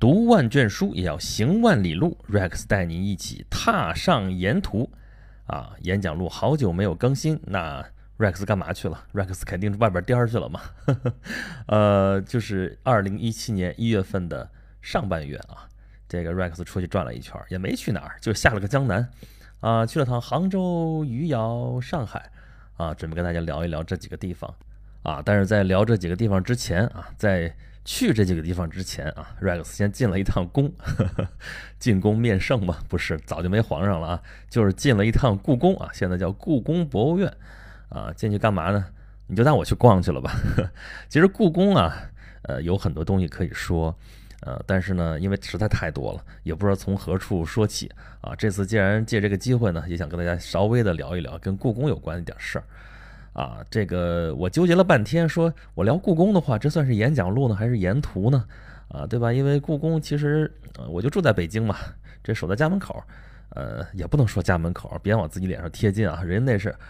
读万卷书也要行万里路 ，Rex 带你一起踏上沿途。演讲录好久没有更新，那 Rex 干嘛去了 ？Rex 肯定是外边颠去了嘛。就是2017年1月份的上半月啊，这个 Rex 出去转了一圈，也没去哪儿，就下了个江南去了趟杭州、余姚、上海准备跟大家聊一聊这几个地方但是在聊这几个地方之前在去这几个地方之前Rex 先进了一趟宫，进宫面圣嘛，不是，早就没皇上了就是进了一趟故宫现在叫故宫博物院进去干嘛呢？你就当我去逛去了吧。其实故宫有很多东西可以说，但是呢，因为实在太多了，也不知道从何处说起这次既然借这个机会呢，也想跟大家稍微的聊一聊跟故宫有关的一点事儿。这个我纠结了半天，说我聊故宫的话，这算是演讲录呢，还是沿途呢？对吧？因为故宫其实我就住在北京嘛，这守在家门口，也不能说家门口，别往自己脸上贴金人家那是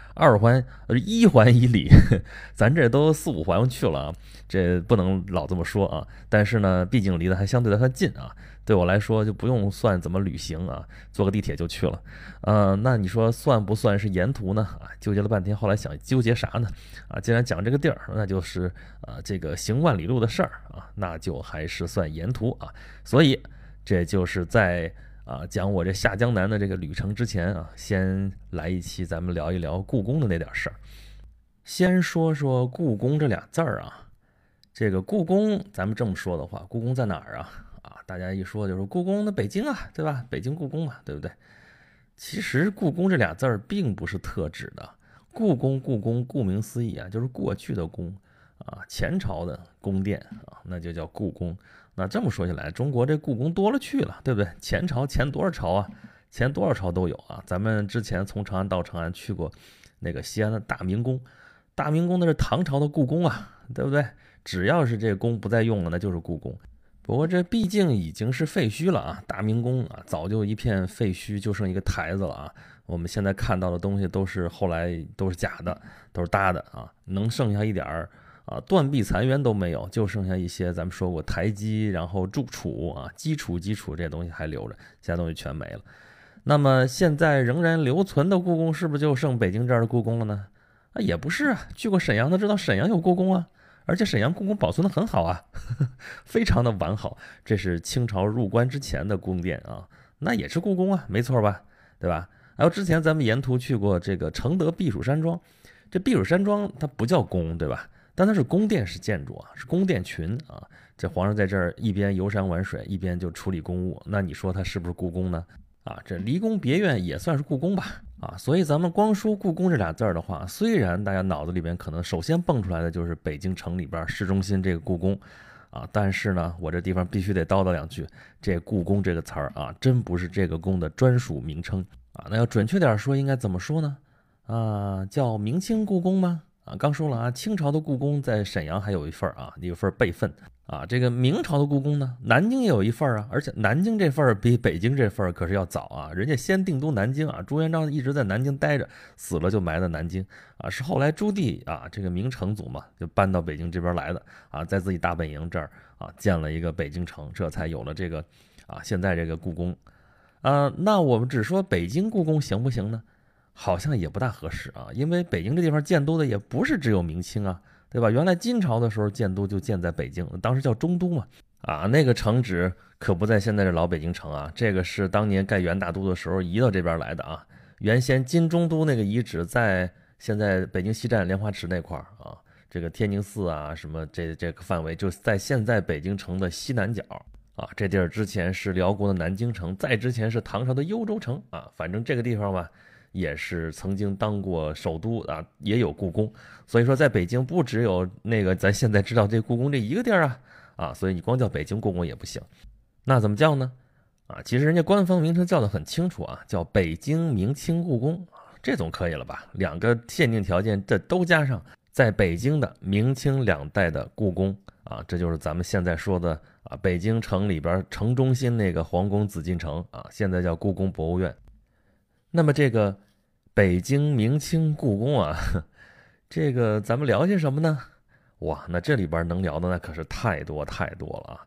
1环以里，咱这都4、5环去了这不能老这么说但是呢，毕竟离得还相对的很近对我来说就不用算怎么旅行坐个地铁就去了。那你说算不算是沿途呢？纠结了半天，后来想纠结啥呢？既然讲这个地儿，那就是这个行万里路的事儿那就还是算沿途所以这就是在讲我这下江南的这个旅程之前先来一期咱们聊一聊故宫的那点事儿。先说说故宫这俩字儿这个故宫，咱们这么说的话，故宫在哪儿大家一说就说故宫的北京对吧？北京故宫嘛，对不对？其实故宫这俩字儿并不是特指的，故宫顾名思义就是过去的宫前朝的宫殿那就叫故宫。那这么说起来，中国这故宫多了去了，对不对？前朝前多少朝前多少朝都有咱们之前从长安到长安去过那个西安的大明宫，大明宫那是唐朝的故宫对不对？只要是这宫不再用了，那就是故宫。不过这毕竟已经是废墟了大明宫早就一片废墟，就剩一个台子了我们现在看到的东西都是后来都是假的，都是搭的能剩下一点儿断壁残垣都没有，就剩下一些咱们说过台基，然后柱础基础这些东西还留着，其他东西全没了。那么现在仍然留存的故宫是不是就剩北京这儿的故宫了呢？也不是去过沈阳的知道沈阳有故宫而且沈阳故宫保存的很好非常的完好，这是清朝入关之前的宫殿那也是故宫没错吧？对吧？还有之前咱们沿途去过这个承德避暑山庄，这避暑山庄它不叫宫，对吧？但它是宫殿式建筑是宫殿群这皇上在这儿一边游山玩水，一边就处理公务，那你说它是不是故宫呢？这离宫别院也算是故宫吧所以咱们光说故宫这俩字儿的话，虽然大家脑子里边可能首先蹦出来的就是北京城里边市中心这个故宫但是呢，我这地方必须得叨叨两句，这故宫这个词儿真不是这个宫的专属名称那要准确点说应该怎么说呢？叫明清故宫吗？刚说了清朝的故宫在沈阳还有一份有一份备份这个明朝的故宫呢，南京也有一份而且南京这份比北京这份可是要早人家先定都南京朱元璋一直在南京待着，死了就埋在南京是后来朱棣这个明成祖嘛，就搬到北京这边来的在自己大本营这儿建了一个北京城，这才有了这个现在这个故宫那我们只说北京故宫行不行呢？好像也不大合适因为北京这地方建都的也不是只有明清对吧？原来金朝的时候建都就建在北京，当时叫中都嘛那个城址可不在现在这老北京城这个是当年盖元大都的时候移到这边来的原先金中都那个遗址在现在北京西站莲花池那块这个天宁寺什么这个范围就在现在北京城的西南角这地儿之前是辽国的南京城，再之前是唐朝的幽州城反正这个地方吧也是曾经当过首都也有故宫，所以说在北京不只有那个咱现在知道这故宫这一个地儿所以你光叫北京故宫也不行。那怎么叫呢？其实人家官方名称叫得很清楚叫北京明清故宫这总可以了吧？两个限定条件这都加上，在北京的明清两代的故宫这就是咱们现在说的北京城里边城中心那个皇宫紫禁城现在叫故宫博物院。那么这个北京明清故宫这个咱们聊些什么呢？哇，那这里边能聊的那可是太多了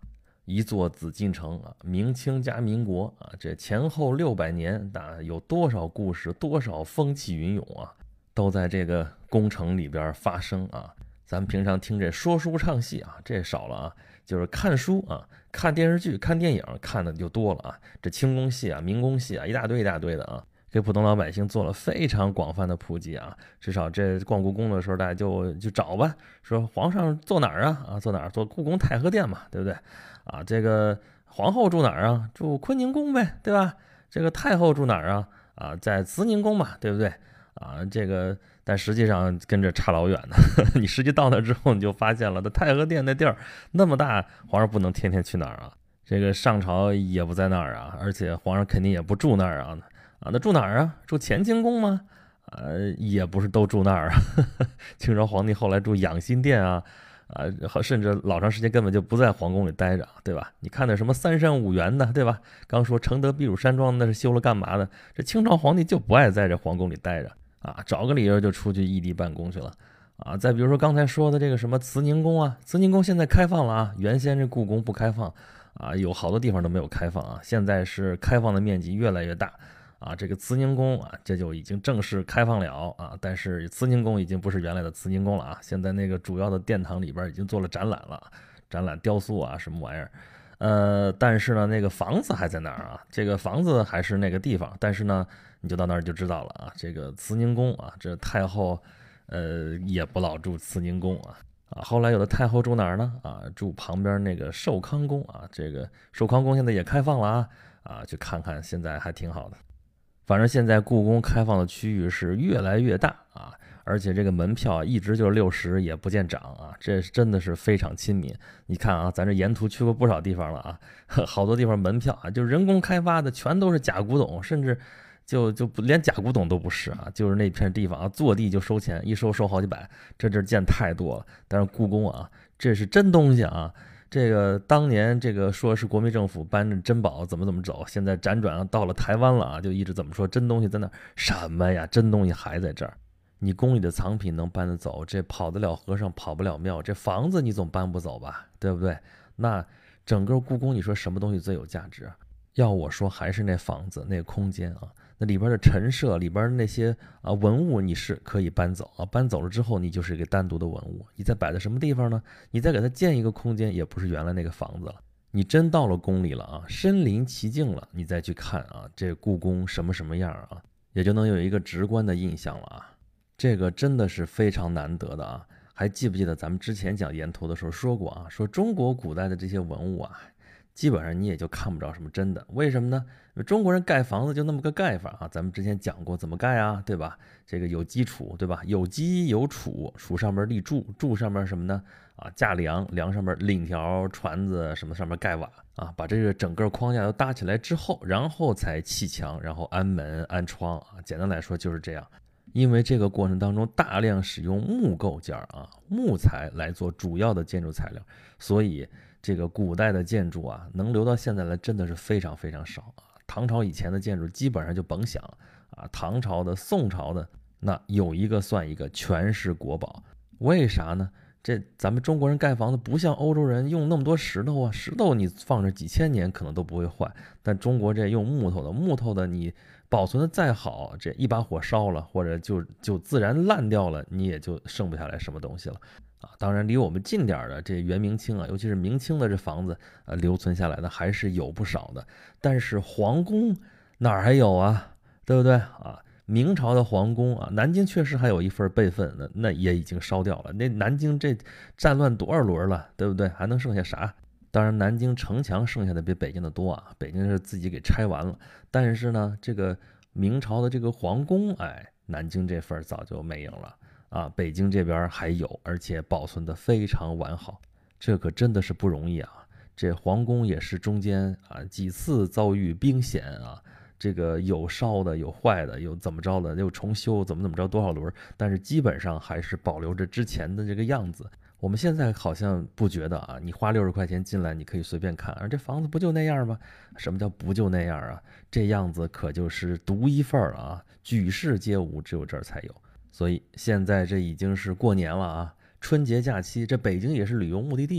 一座紫禁城啊，明清加民国啊，这前后600年，有多少故事，多少风起云涌啊，都在这个宫城里边发生啊。咱们平常听这说书唱戏啊，这少了啊，就是看书啊，看电视剧、看电影看的就多了啊。这清宫戏啊、明宫戏啊，一大堆一大堆的啊，给普通老百姓做了非常广泛的普及啊。至少这逛故宫的时候，大家就找吧，说皇上坐哪儿啊？坐哪儿？坐故宫太和殿嘛，对不对？啊，这个皇后住哪儿啊？住坤宁宫呗，对吧？这个太后住哪儿啊？啊，在慈宁宫嘛，对不对？啊，这个但实际上跟着差老远的。你实际到那之后，你就发现了，这太和殿那地儿那么大，皇上不能天天去哪儿啊？这个上朝也不在那儿啊，而且皇上肯定也不住那儿啊。啊，那住哪儿啊？住乾清宫吗？也不是都住那儿啊。清朝皇帝后来住养心殿啊。甚至老长时间根本就不在皇宫里待着，对吧？你看那什么三山五园的，对吧？刚说承德避暑山庄那是修了干嘛的？这清朝皇帝就不爱在这皇宫里待着啊，找个理由就出去异地办公去了啊。再比如说刚才说的这个什么慈宁宫啊，慈宁宫现在开放了啊，原先这故宫不开放啊，有好多地方都没有开放啊，现在是开放的面积越来越大。啊，这个慈宁宫啊，这就已经正式开放了啊！但是慈宁宫已经不是原来的慈宁宫了啊，现在那个主要的殿堂里边已经做了展览了，展览雕塑啊什么玩意儿。但是呢，那个房子还在那儿啊，这个房子还是那个地方，但是呢，你就到那儿就知道了啊，这个慈宁宫啊，这太后，也不老住慈宁宫啊。后来有的太后住哪儿呢？啊，住旁边那个寿康宫啊，这个寿康宫现在也开放了去看看，现在还挺好的。反正现在故宫开放的区域是越来越大啊，而且这个门票一直就是60，也不见涨啊，这真的是非常亲民。你看啊，咱这沿途去过不少地方了啊，好多地方门票啊，就是人工开发的，全都是假古董，甚至就连假古董都不是啊，就是那片地方啊，坐地就收钱，一收好几百，这见太多了。但是故宫啊，这是真东西啊。这个当年这个说是国民政府搬着珍宝怎么走，现在辗转到了台湾了啊，就一直怎么说真东西在那什么呀？真东西还在这儿，你宫里的藏品能搬得走，这跑得了和尚跑不了庙，这房子你总搬不走吧，对不对？那整个故宫你说什么东西最有价值？要我说还是那房子那个空间啊。那里边的陈设，里边那些文物，你是可以搬走啊，搬走了之后，你就是一个单独的文物，你再摆在什么地方呢？你再给它建一个空间，也不是原来那个房子了。你真到了宫里了啊，身临其境了，你再去看啊，这故宫什么样啊，也就能有一个直观的印象了啊。这个真的是非常难得的啊。还记不记得咱们之前讲沿途的时候说过啊，说中国古代的这些文物啊，基本上你也就看不着什么真的，为什么呢？中国人盖房子就那么个盖法啊，咱们之前讲过怎么盖啊，对吧？这个有基础，对吧？有基有础，础上面立柱，柱上面什么呢？啊，架梁，梁上面檩条、船子什么上面盖瓦啊，把这个整个框架都搭起来之后，然后才砌墙，然后安门安窗啊。简单来说就是这样。因为这个过程当中大量使用木构件啊，木材来做主要的建筑材料，所以这个古代的建筑啊，能留到现在来真的是非常非常少啊。唐朝以前的建筑基本上就甭想啊，唐朝的、宋朝的，那有一个算一个，全是国宝。为啥呢？这咱们中国人盖房子不像欧洲人用那么多石头啊，石头你放着几千年可能都不会坏，但中国这用木头的你保存的再好，这一把火烧了，或者就自然烂掉了，你也就剩不下来什么东西了啊。当然，离我们近点的这元明清啊，尤其是明清的这房子留存下来的还是有不少的。但是皇宫哪儿还有啊？对不对啊？明朝的皇宫啊，南京确实还有一份备份，那也已经烧掉了。那南京这战乱多少轮了，对不对？还能剩下啥？当然，南京城墙剩下的比北京的多啊，北京是自己给拆完了。但是呢，这个明朝的这个皇宫，南京这份早就没影了啊。北京这边还有，而且保存的非常完好，这可真的是不容易啊。这皇宫也是中间几次遭遇兵险啊。这个有烧的，有坏的，有怎么着的，又重修，怎么着多少轮，但是基本上还是保留着之前的这个样子。我们现在好像不觉得啊，你花60块钱进来，你可以随便看，这房子不就那样吗？什么叫不就那样啊？这样子可就是独一份了啊，举世皆无，只有这儿才有。所以现在这已经是过年了啊，春节假期，这北京也是旅游目的地啊。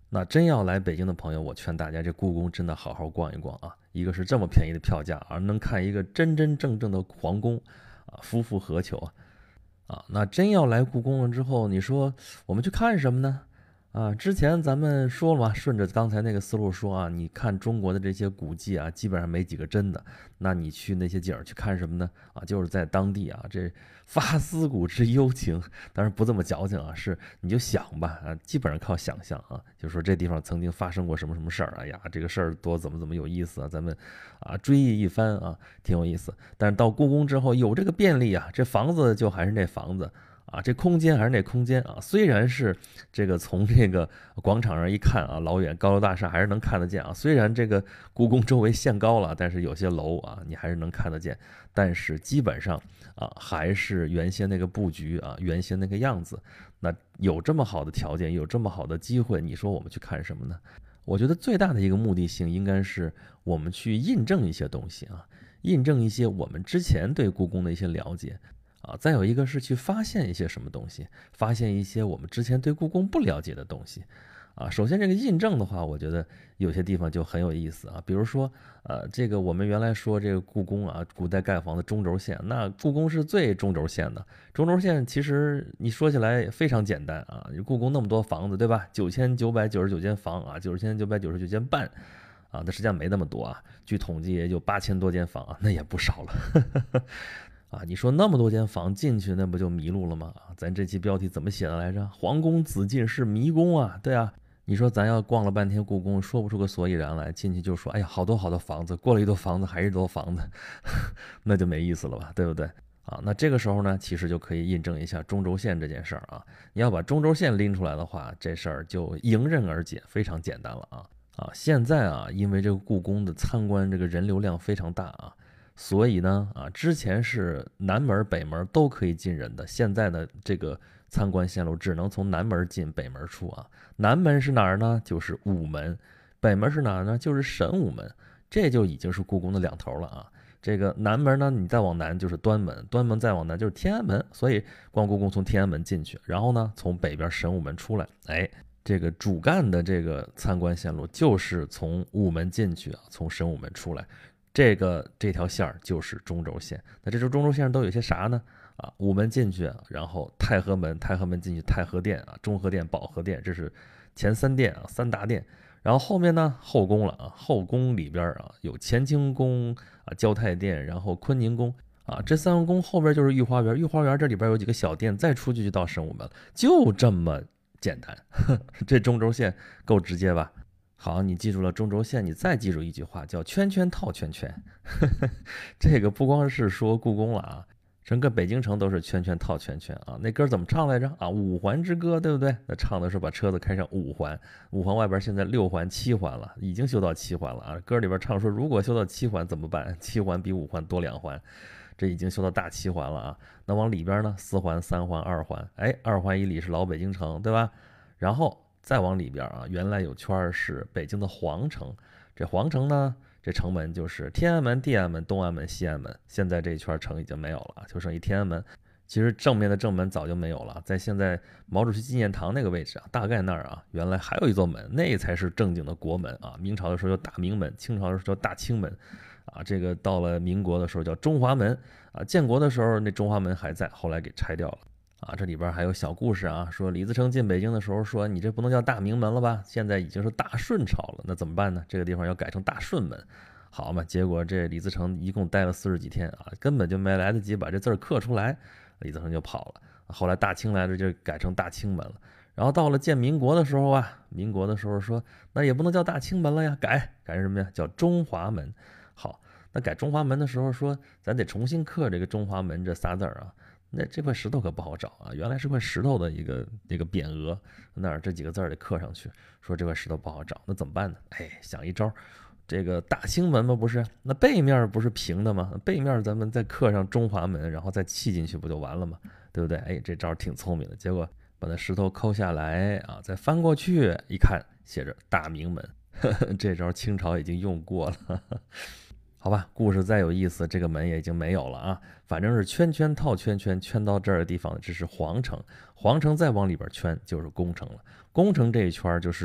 那真要来北京的朋友，我劝大家这故宫真的好好逛一逛啊！一个是这么便宜的票价，而能看一个真真正正的皇宫，啊，夫复何求啊！那真要来故宫了之后，你说我们去看什么呢？之前咱们说了嘛，顺着刚才那个思路说啊，你看中国的这些古迹啊，基本上没几个真的。那你去那些景儿去看什么呢？就是在当地啊，这发思古之幽情，当然不这么矫情啊，是你就想吧基本上靠想象啊，就说这地方曾经发生过什么什么事儿，哎呀，这个事儿多怎么怎么有意思啊，咱们追忆一番啊，挺有意思。但是到故宫之后有这个便利啊，这房子就还是那房子。这空间还是那空间啊，虽然是这个从这个广场上一看啊，老远高楼大厦还是能看得见啊。虽然这个故宫周围限高了，但是有些楼啊，你还是能看得见。但是基本上还是原先那个布局啊，原先那个样子。那有这么好的条件，有这么好的机会，你说我们去看什么呢？我觉得最大的一个目的性应该是我们去印证一些东西啊，印证一些我们之前对故宫的一些了解。再有一个是去发现一些什么东西，发现一些我们之前对故宫不了解的东西。首先这个印证的话，我觉得有些地方就很有意思啊。比如说，这个我们原来说这个故宫啊，古代盖房的中轴线，那故宫是最中轴线的。中轴线其实你说起来非常简单啊，故宫那么多房子，对吧？9999间房啊，9999间半。那实际上没那么多啊，据统计也就8000多间房啊，那也不少了。你说那么多间房进去，那不就迷路了吗？咱这期标题怎么写的来着？皇宫紫禁是迷宫啊！对啊，你说咱要逛了半天故宫，说不出个所以然来，进去就说，哎呀，好多好多房子，过了一座房子还是一座房子，那就没意思了吧，对不对？那这个时候呢，其实就可以印证一下中轴线这件事儿啊。你要把中轴线拎出来的话，这事儿就迎刃而解，非常简单了啊。现在因为这个故宫的参观这个人流量非常大啊。所以呢，之前是南门、北门都可以进人的，现在的这个参观线路只能从南门进，北门出啊。南门是哪儿呢？就是午门，北门是哪儿呢？就是神武门，这就已经是故宫的两头了啊。这个南门呢，你再往南就是端门，端门再往南就是天安门，所以逛故宫从天安门进去，然后呢从北边神武门出来，这个主干的这个参观线路就是从午门进去啊，从神武门出来。这条线就是中轴线。那这中轴线上都有些啥呢？午门进去，然后太和门进去太和殿中和殿、保和殿，这是前三殿三大殿。然后后面呢后宫了后宫里边有乾清宫交泰殿，然后坤宁宫这三个宫后边就是御花园，御花园这里边有几个小殿，再出去就到神武门了，就这么简单。这中轴线够直接吧？好，你记住了中轴线，你再记住一句话，叫圈圈套圈圈。这个不光是说故宫了整个北京城都是圈圈套圈圈那歌怎么唱来着五环之歌，对不对？那唱的是把车子开上五环，五环外边现在6环、7环了，已经修到7环了歌里边唱说，如果修到7环怎么办？7环比5环多2环，这已经修到大7环了那往里边呢，4环、3环、2环，2环以里是老北京城，对吧？然后再往里边原来有圈是北京的皇城，这皇城呢，这城门就是天安门、地安门、东安门、西安门，现在这一圈城已经没有了，就剩一天安门。其实正面的正门早就没有了，在现在毛主席纪念堂那个位置大概那儿原来还有一座门，那才是正经的国门明朝的时候叫大明门，清朝的时候叫大清门这个到了民国的时候叫中华门建国的时候那中华门还在，后来给拆掉了。这里边还有小故事说李自成进北京的时候说，你这不能叫大明门了吧？现在已经是大顺朝了，那怎么办呢？这个地方要改成大顺门，好嘛？结果这李自成一共待了40几天根本就没来得及把这字刻出来，李自成就跑了。后来大清来了就改成大清门了。然后到了建民国的时候民国的时候说，那也不能叫大清门了呀，改成什么呀？叫中华门。好，那改中华门的时候说，咱得重新刻这个中华门这仨字那这块石头可不好找原来是块石头的一个匾额，那儿这几个字得刻上去，说这块石头不好找，那怎么办呢？想一招，这个大清门嘛不是，那背面不是平的吗？背面咱们再刻上中华门，然后再砌进去不就完了吗？对不对？这招挺聪明的。结果把那石头抠下来再翻过去一看，写着大明门，这招清朝已经用过了。好吧，故事再有意思，这个门也已经没有了反正是圈圈套圈圈，圈到这儿的地方，这是皇城。皇城再往里边圈就是宫城了。宫城这一圈就是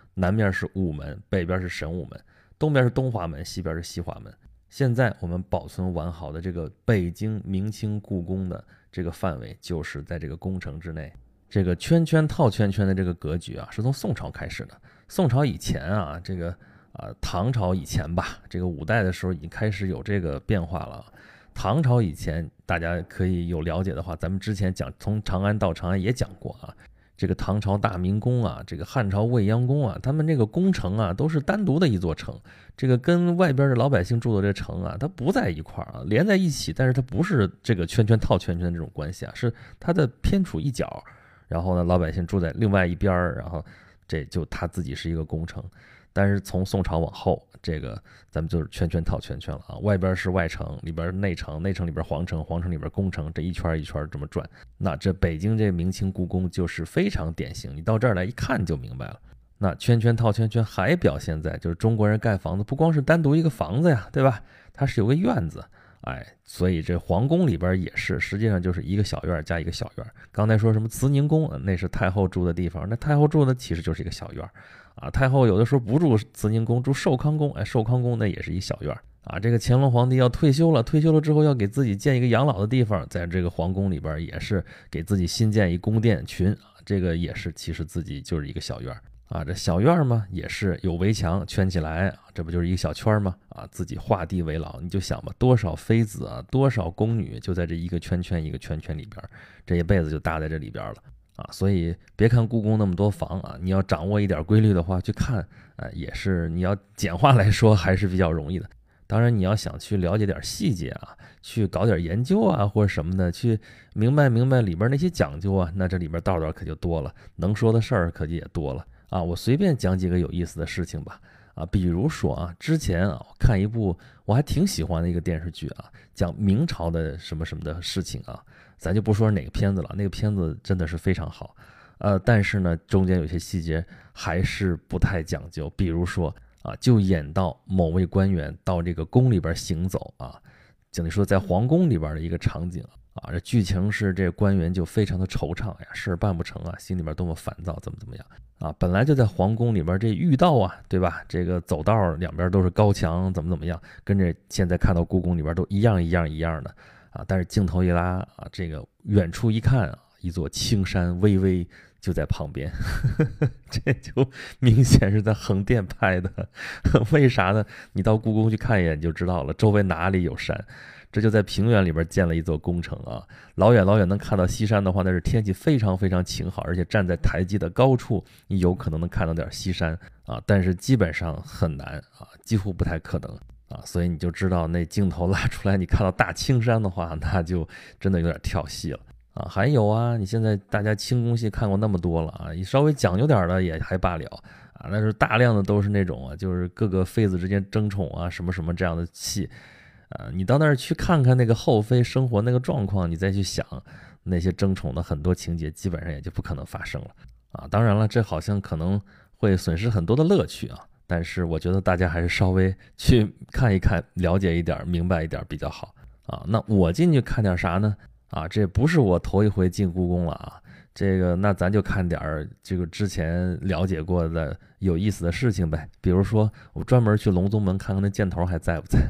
南面是午门，北边是神武门，东边是东华门，西边是西华门。现在我们保存完好的这个北京明清故宫的这个范围，就是在这个宫城之内。这个圈圈套圈圈的这个格局啊，是从宋朝开始的。宋朝以前啊，这个唐朝以前吧，这个五代的时候已经开始有这个变化了。唐朝以前，大家可以有了解的话，咱们之前讲从长安到长安也讲过啊。这个唐朝大明宫啊，这个汉朝未央宫啊，他们这个宫城啊都是单独的一座城，这个跟外边的老百姓住的这城啊，它不在一块啊，连在一起，但是它不是这个圈圈套圈圈的这种关系啊，是它的偏处一角，然后呢，老百姓住在另外一边，然后这就他自己是一个宫城。但是从宋朝往后，这个咱们就是圈圈套圈圈了啊，外边是外城，里边是内城，内城里边皇城，皇城里边宫城，这一圈一圈这么转。那这北京这明清故宫就是非常典型，你到这儿来一看就明白了。那圈圈套圈圈还表现在就是中国人盖房子不光是单独一个房子呀，对吧？它是有个院子。所以这皇宫里边也是，实际上就是一个小院加一个小院。刚才说什么慈宁宫，那是太后住的地方，那太后住的其实就是一个小院啊。太后有的时候不住慈宁宫，住寿康宫，寿康宫那也是一小院啊。这个乾隆皇帝要退休了，退休了之后要给自己建一个养老的地方，在这个皇宫里边也是给自己新建一宫殿群啊，这个也是其实自己就是一个小院啊。这小院嘛也是有围墙圈起来啊，这不就是一个小圈吗？啊，自己画地为牢，你就想吧，多少妃子啊，多少宫女就在这一个圈圈一个圈圈里边，这一辈子就搭在这里边了啊。所以别看故宫那么多房啊，你要掌握一点规律的话，去看也是你要简化来说还是比较容易的。当然你要想去了解点细节啊，去搞点研究啊或者什么的，去明白里边那些讲究啊，那这里边道可就多了，能说的事儿可就也多了啊。我随便讲几个有意思的事情吧啊，比如说啊，之前啊我看一部我还挺喜欢的一个电视剧啊，讲明朝的什么什么的事情啊，咱就不说哪个片子了，那个片子真的是非常好，但是呢中间有些细节还是不太讲究，比如说啊，就演到某位官员到这个宫里边行走啊，就你说在皇宫里边的一个场景啊，这剧情是这官员就非常的惆怅呀，事儿办不成啊，心里边多么烦躁，怎么样啊？本来就在皇宫里边这御道啊，对吧？这个走道两边都是高墙，怎么样，跟这现在看到故宫里边都一样的啊。但是镜头一拉啊，这个远处一看啊，一座青山巍巍就在旁边，这就明显是在横店拍的。为啥呢？你到故宫去看一眼就知道了，周围哪里有山？这就在平原里边建了一座宫城啊，老远能看到西山的话，那是天气非常晴好，而且站在台基的高处，你有可能能看到点西山啊，但是基本上很难啊，几乎不太可能啊，所以你就知道那镜头拉出来，你看到大青山的话，那就真的有点跳戏了啊。还有啊，你现在大家清宫戏看过那么多了啊，你稍微讲究点的也还罢了啊，但是大量的都是那种啊，就是各个妃子之间争宠啊，什么这样的戏。你到那儿去看看那个后妃生活那个状况，你再去想那些争宠的很多情节，基本上也就不可能发生了啊。当然了，这好像可能会损失很多的乐趣啊，但是我觉得大家还是稍微去看一看，了解一点，明白一点比较好啊。那我进去看点啥呢？啊，这不是我头一回进故宫了啊。这个那咱就看点这个之前了解过的有意思的事情呗，比如说我专门去隆宗门看看那箭头还在不在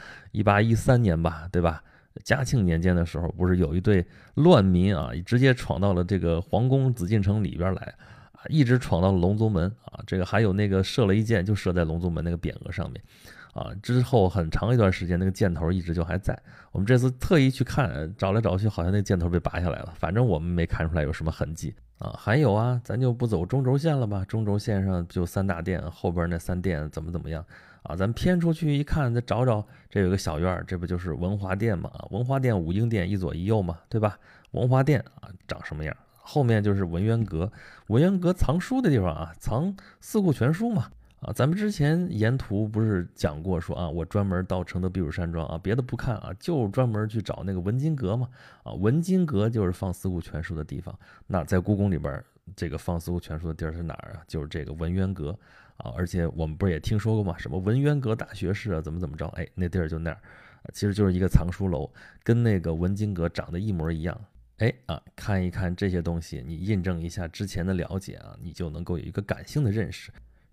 1813年吧，对吧？嘉庆年间的时候，不是有一队乱民啊，直接闯到了这个皇宫紫禁城里边来啊，一直闯到了隆宗门啊，这个还有那个射了一箭就射在隆宗门那个匾额上面啊，之后很长一段时间那个箭头一直就还在。我们这次特意去看，找来找去，好像那箭头被拔下来了，反正我们没看出来有什么痕迹啊。还有啊，咱就不走中轴线了吧？中轴线上就3大殿，后边那3殿怎么样啊？咱偏出去一看，再找找，这有个小院，这不就是文华殿嘛？文华殿、武英殿一左一右嘛，对吧？文华殿啊，长什么样？后面就是文渊阁，文渊阁藏书的地方啊，藏四库全书嘛。啊，咱们之前沿途不是讲过说啊，我专门到承德避暑山庄啊，别的不看啊，就专门去找那个文津阁嘛。啊，文津阁就是放四库全书的地方。那在故宫里边，这个放四库全书的地儿是哪儿啊？就是这个文渊阁啊。而且我们不是也听说过吗？什么文渊阁大学士啊，怎么着？哎，那地儿就那儿，其实就是一个藏书楼，跟那个文津阁长得一模一样。哎啊，看一看这些东西，你印证一下之前的了解啊，你就能够有一个感性的认识。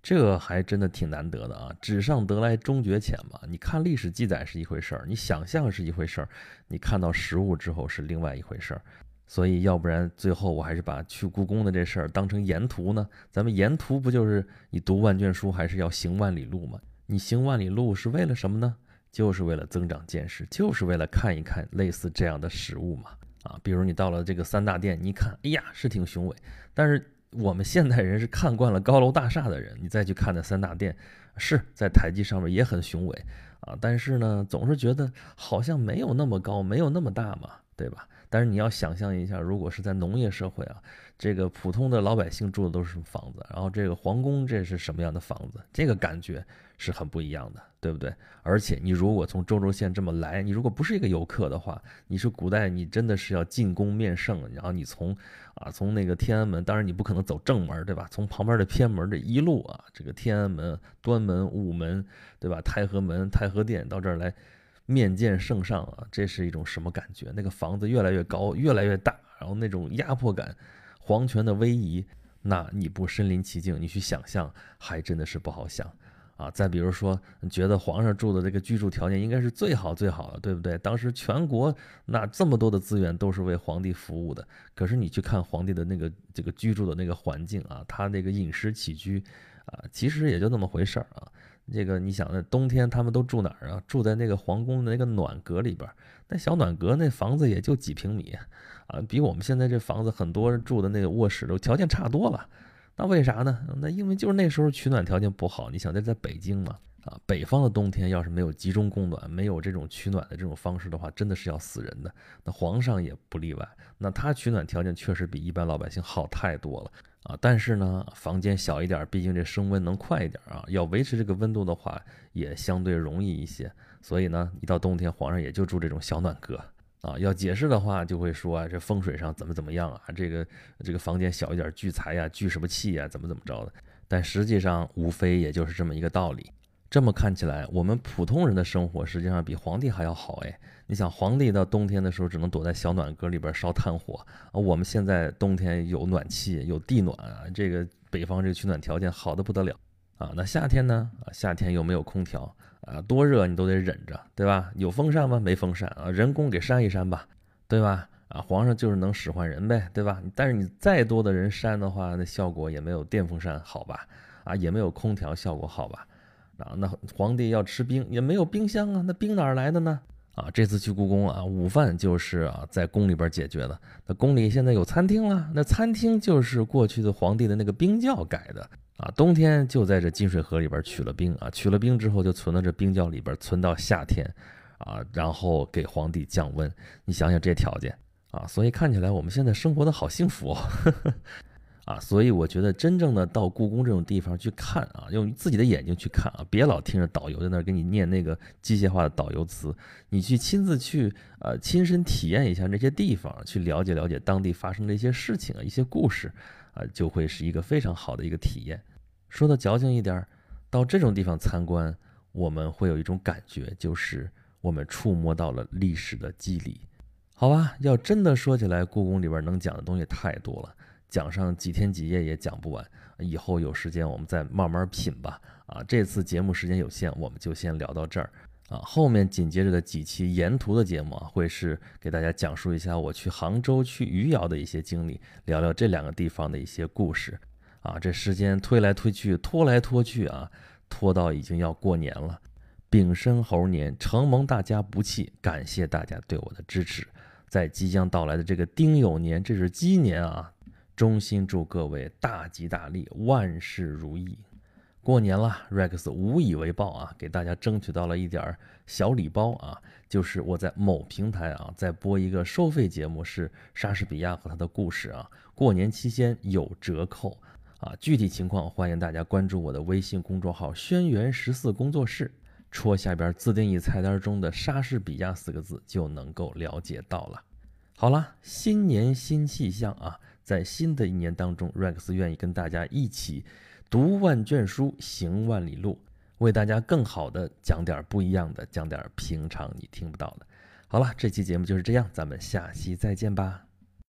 这还真的挺难得的啊！纸上得来终觉浅嘛。你看历史记载是一回事儿，你想象是一回事儿，你看到实物之后是另外一回事儿。所以要不然最后我还是把去故宫的这事儿当成沿途呢。咱们沿途不就是你读万卷书还是要行万里路吗？你行万里路是为了什么呢？就是为了增长见识，就是为了看一看类似这样的实物嘛。啊，比如你到了这个三大殿，你一看，哎呀，是挺雄伟，但是我们现代人是看惯了高楼大厦的人，你再去看那三大殿，是在台基上面也很雄伟啊，但是呢，总是觉得好像没有那么高，没有那么大嘛，对吧？但是你要想象一下，如果是在农业社会啊，这个普通的老百姓住的都是什么房子，然后这个皇宫这是什么样的房子，这个感觉是很不一样的，对不对？而且你如果从周州县这么来，你如果不是一个游客的话，你是古代你真的是要进宫面圣，然后你从那个天安门，当然你不可能走正门，对吧？从旁边的偏门这一路啊，这个天安门、端门、午门，对吧？太和门、太和殿到这儿来。面见圣上啊，这是一种什么感觉？那个房子越来越高，越来越大，然后那种压迫感，皇权的威仪，那你不身临其境，你去想象，还真的是不好想啊。再比如说，觉得皇上住的这个居住条件应该是最好最好的，对不对？当时全国那这么多的资源都是为皇帝服务的，可是你去看皇帝的这个居住的那个环境啊，他那个饮食起居啊，其实也就那么回事儿啊。这个你想，那冬天他们都住哪儿啊？住在那个皇宫的那个暖阁里边，那小暖阁那房子也就几平米啊，比我们现在这房子很多人住的那个卧室都条件差多了。那为啥呢？那因为就是那时候取暖条件不好。你想在北京嘛，啊，北方的冬天要是没有集中供暖，没有这种取暖的这种方式的话，真的是要死人的。那皇上也不例外，那他取暖条件确实比一般老百姓好太多了。啊，但是呢，房间小一点，毕竟这升温能快一点啊。要维持这个温度的话，也相对容易一些。所以呢，一到冬天，皇上也就住这种小暖阁啊。要解释的话，就会说啊，这风水上怎么样啊？这个房间小一点，聚财呀，聚什么气呀，怎么着的？但实际上，无非也就是这么一个道理。这么看起来，我们普通人的生活实际上比皇帝还要好哎。你想，皇帝到冬天的时候只能躲在小暖阁里边烧炭火啊，我们现在冬天有暖气，有地暖啊，这个北方这个取暖条件好的不得了啊。那夏天呢？啊，夏天又没有空调啊，多热你都得忍着，对吧？有风扇吗？没风扇啊，人工给扇一扇吧，对吧？啊，皇上就是能使唤人呗，对吧？但是你再多的人扇的话，那效果也没有电风扇好吧？啊，也没有空调效果好吧？啊，那皇帝要吃冰也没有冰箱啊，那冰哪儿来的呢？啊，这次去故宫啊，午饭就是啊在宫里边解决的。那宫里现在有餐厅了，那餐厅就是过去的皇帝的那个冰窖改的啊。冬天就在这金水河里边取了冰啊，取了冰之后就存到这冰窖里边，存到夏天啊，然后给皇帝降温。你想想这条件啊，所以看起来我们现在生活的好幸福哦。啊，所以我觉得真正的到故宫这种地方去看啊，用自己的眼睛去看啊，别老听着导游在那儿给你念那个机械化的导游词，你去亲自去亲身体验一下那些地方，去了解了解当地发生的一些事情啊，一些故事啊，就会是一个非常好的一个体验。说的矫情一点，到这种地方参观，我们会有一种感觉，就是我们触摸到了历史的肌理。好吧，要真的说起来，故宫里边能讲的东西太多了。讲上几天几夜也讲不完，以后有时间我们再慢慢品吧。啊，这次节目时间有限，我们就先聊到这儿。啊，后面紧接着的几期沿途的节目啊，会是给大家讲述一下我去杭州、去余姚的一些经历，聊聊这两个地方的一些故事。啊，这时间推来推去，拖来拖去啊，拖到已经要过年了。丙申猴年，承蒙大家不弃，感谢大家对我的支持。在即将到来的这个丁酉年，这是鸡年啊。衷心祝各位大吉大利，万事如意。过年了 ，Rex 无以为报啊，给大家争取到了一点小礼包啊，就是我在某平台啊，在播一个收费节目，是莎士比亚和他的故事啊，过年期间有折扣啊，具体情况欢迎大家关注我的微信公众号“轩辕14工作室”，戳下边自定义菜单中的莎士比亚4个字就能够了解到了。好了，新年新气象啊！在新的一年当中 ，Rex 愿意跟大家一起读万卷书，行万里路，为大家更好的讲点不一样的，讲点平常你听不到的。好了，这期节目就是这样，咱们下期再见吧。